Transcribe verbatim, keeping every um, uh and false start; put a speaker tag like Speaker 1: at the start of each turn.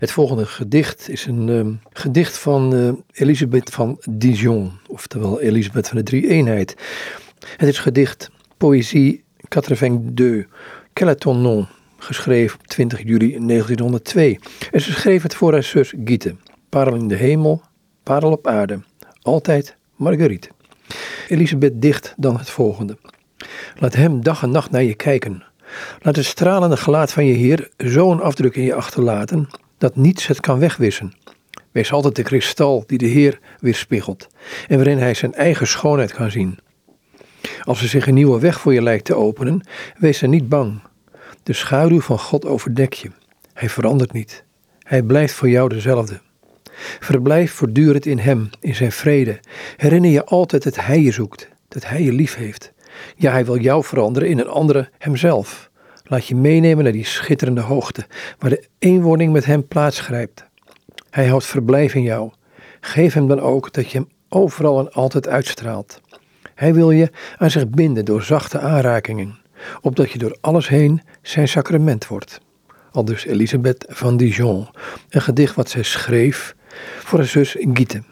Speaker 1: Het volgende gedicht is een uh, gedicht van uh, Elisabeth van Dijon, oftewel Elisabeth van de Drie-eenheid. Het is gedicht Poëzie quatre-vingt-deux, Quel est ton nom, geschreven op twintig juli negentienhonderdtwee. En ze schreef het voor haar zus Giete. Parel in de hemel, parel op aarde, altijd Marguerite. Elisabeth dicht dan het volgende. Laat hem dag en nacht naar je kijken. Laat het stralende gelaat van je Heer zo'n afdruk in je achterlaten, dat niets het kan wegwissen. Wees altijd de kristal die de Heer weerspiegelt en waarin hij zijn eigen schoonheid kan zien. Als er zich een nieuwe weg voor je lijkt te openen, wees dan niet bang. De schaduw van God overdekt je. Hij verandert niet. Hij blijft voor jou dezelfde. Verblijf voortdurend in hem, in zijn vrede. Herinner je altijd dat hij je zoekt, dat hij je lief heeft. Ja, hij wil jou veranderen in een andere hemzelf. Laat je meenemen naar die schitterende hoogte, waar de eenwording met hem plaatsgrijpt. Hij houdt verblijf in jou. Geef hem dan ook dat je hem overal en altijd uitstraalt. Hij wil je aan zich binden door zachte aanrakingen, opdat je door alles heen zijn sacrament wordt. Aldus Elisabeth van Dijon, een gedicht wat zij schreef voor haar zus Giete.